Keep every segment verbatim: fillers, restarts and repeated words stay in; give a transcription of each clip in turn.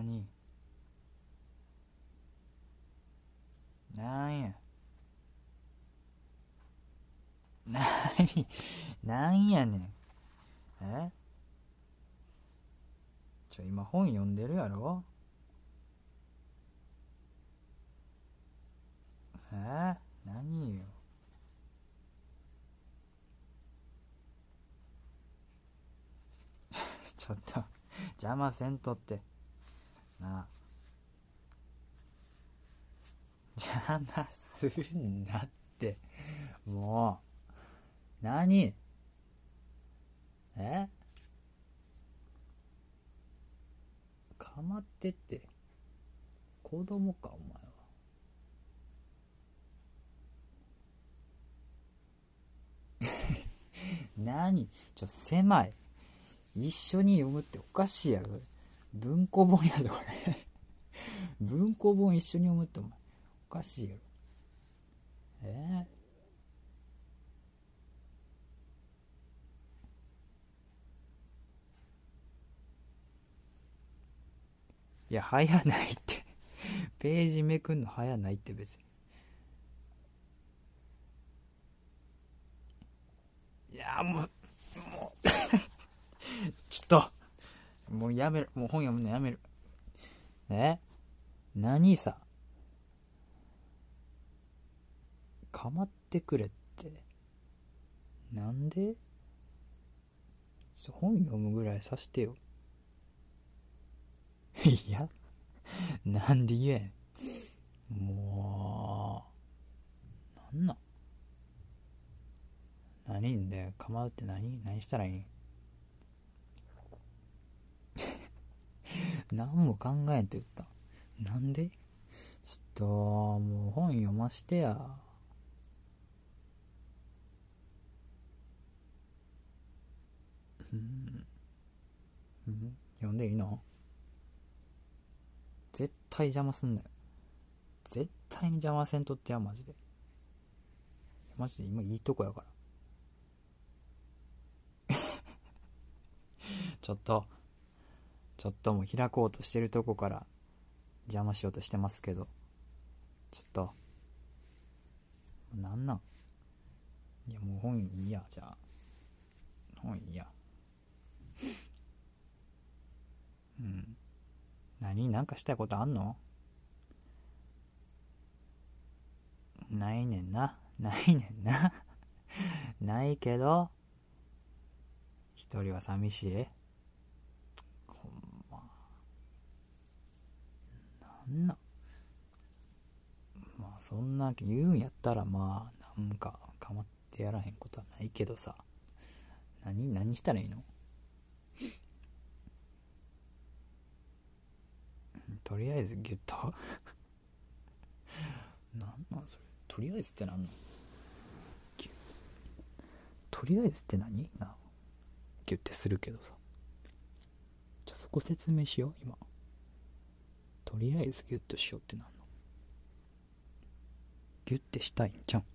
になんやなになんやねん。えちょ今本読んでるやろ。え何よ。ちょっと邪魔せんとってなあ。邪魔するんなって。もう何えかまってって。子供かお前は。何ちょ狭い。一緒に読むっておかしいやろ。文庫本やでこれ。文庫本一緒に読むってお前おかしいやろ。えー、いや早ないって。ページめくんの早ないって別に。いやもうもうちょっともうやめる。もう本読むのやめる。え何さかまってくれって。なんで本読むぐらいさしてよ。いやなんで言えん。もうなんなん。何んでかまうって何何したらいいん。何も考えんと言った。なんでちょっともう本読ましてや。うん、うん、読んでいいの。絶対邪魔すんなよ。絶対に邪魔せんとってや。マジでマジで今いいとこやから。ちょっとちょっともう開こうとしてるとこから邪魔しようとしてますけど、ちょっとなんなん。いやもう本いいや。じゃあ本いいや。うん。何なんかしたいことあんの。ないねんな。ないねんな。ないけど一人は寂しい。ほんまなんなん。まあそんな言うんやったらまあなんかかまってやらへんことはないけどさ。何何したらいいの。とりあえずギュッと。なんなんそれ。とりあえずってなんの。とりあえずって何な。ギュッてするけどさ。じゃあそこ説明しよう今。とりあえずギュッとしようってなんの。ギュッてしたいんじゃん。い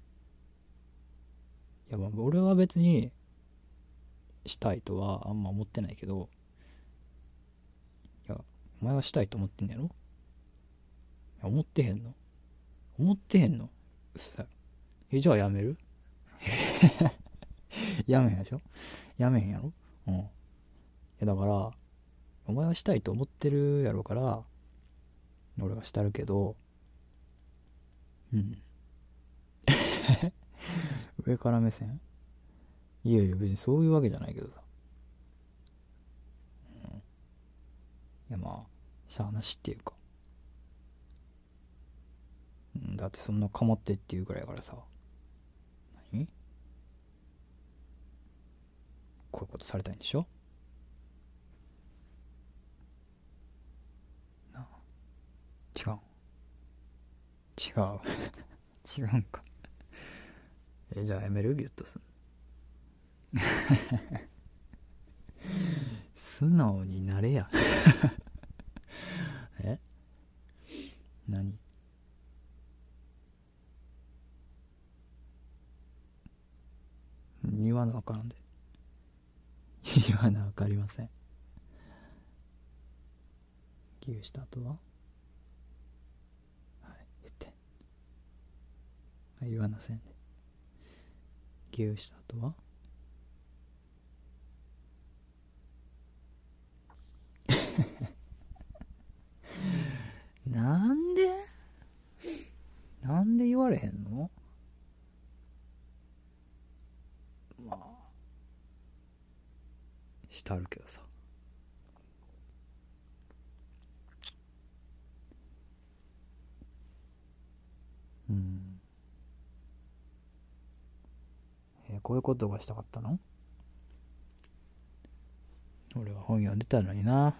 やまあ俺は別にしたいとはあんま思ってないけど、いやお前はしたいと思ってんねやろ。いや思ってへんの。思ってへんの。うっさい。えじゃあやめる。やめへんでしょ。やめへんやろ。うん。いやだからお前はしたいと思ってるやろから俺はしたるけど。うん。上から目線。いやいや別にそういうわけじゃないけどさ。いやまあしゃあなしっていうか、うん、だってそんなかまってっていうぐらいやからさ。何こういうことされたいんでしょ。なあ。違う。違う。違うんか。えじゃあやめるギュッとすん。素直になれや。え何。言わなあかんで。言わなあかりません。 ギューした後は、はい、言って。言わなせんで。ギューした後はなんでなんで言われへんの？まあしてあるけどさ。うん。えーこういうことがしたかったの？俺は本読んでたのにな。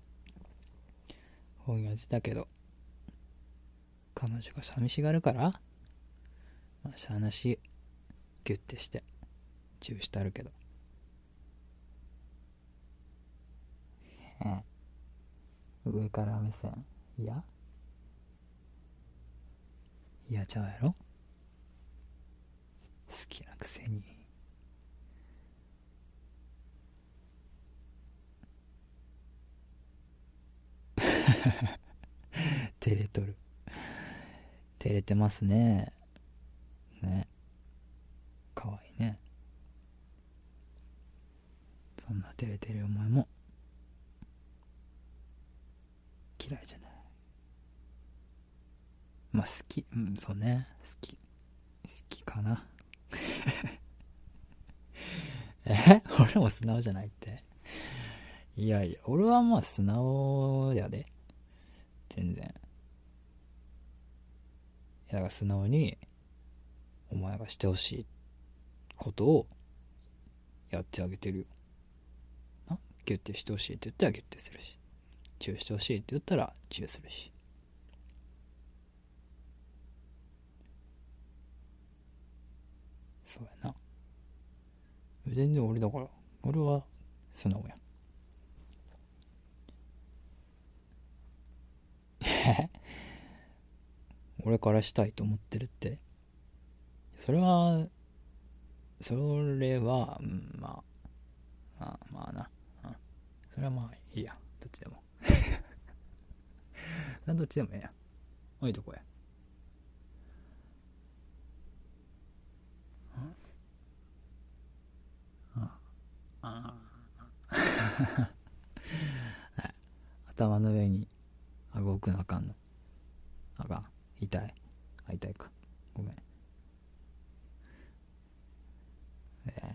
本読んでたけど、彼女が寂しがるから、まあしゃあなしギュッてしてチューしてあるけど。うん、上から目線いやいやちゃうやろ。好きなくせに。照れとる。照れてますね。ね、かわいいね。そんな照れてるお前も嫌いじゃない。まあ好き、うん、そうね、好き好きかな。え俺も素直じゃないって。いやいや、俺はまあ素直やで、全然。いやだから素直にお前がしてほしいことをやってあげてるよな。ギュッてしてほしいって言ったらギュッてするし、チューしてほしいって言ったらチューするし。そうやな。全然俺だから、俺は素直やん。俺からしたいと思ってるって。それはそれは、うん、まあまあまあな、うん、それはまあいいや、どっちでも。どっちでもええやん。置いとこや。あ頭の上に顎置くのあかんの？あかん。痛い。あ、痛いか。ごめん。え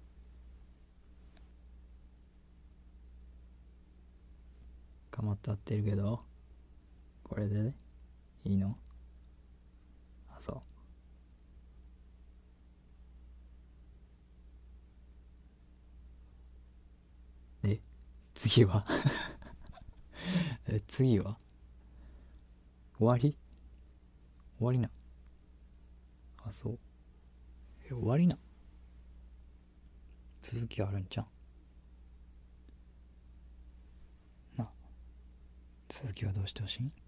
ー、かまって合ってるけど、これでいいの？あ、そう。え、次は？え、次は終わり？終わりな。あ、そう。え、終わりな。続きあるんじゃんな。続きはどうしてほしい？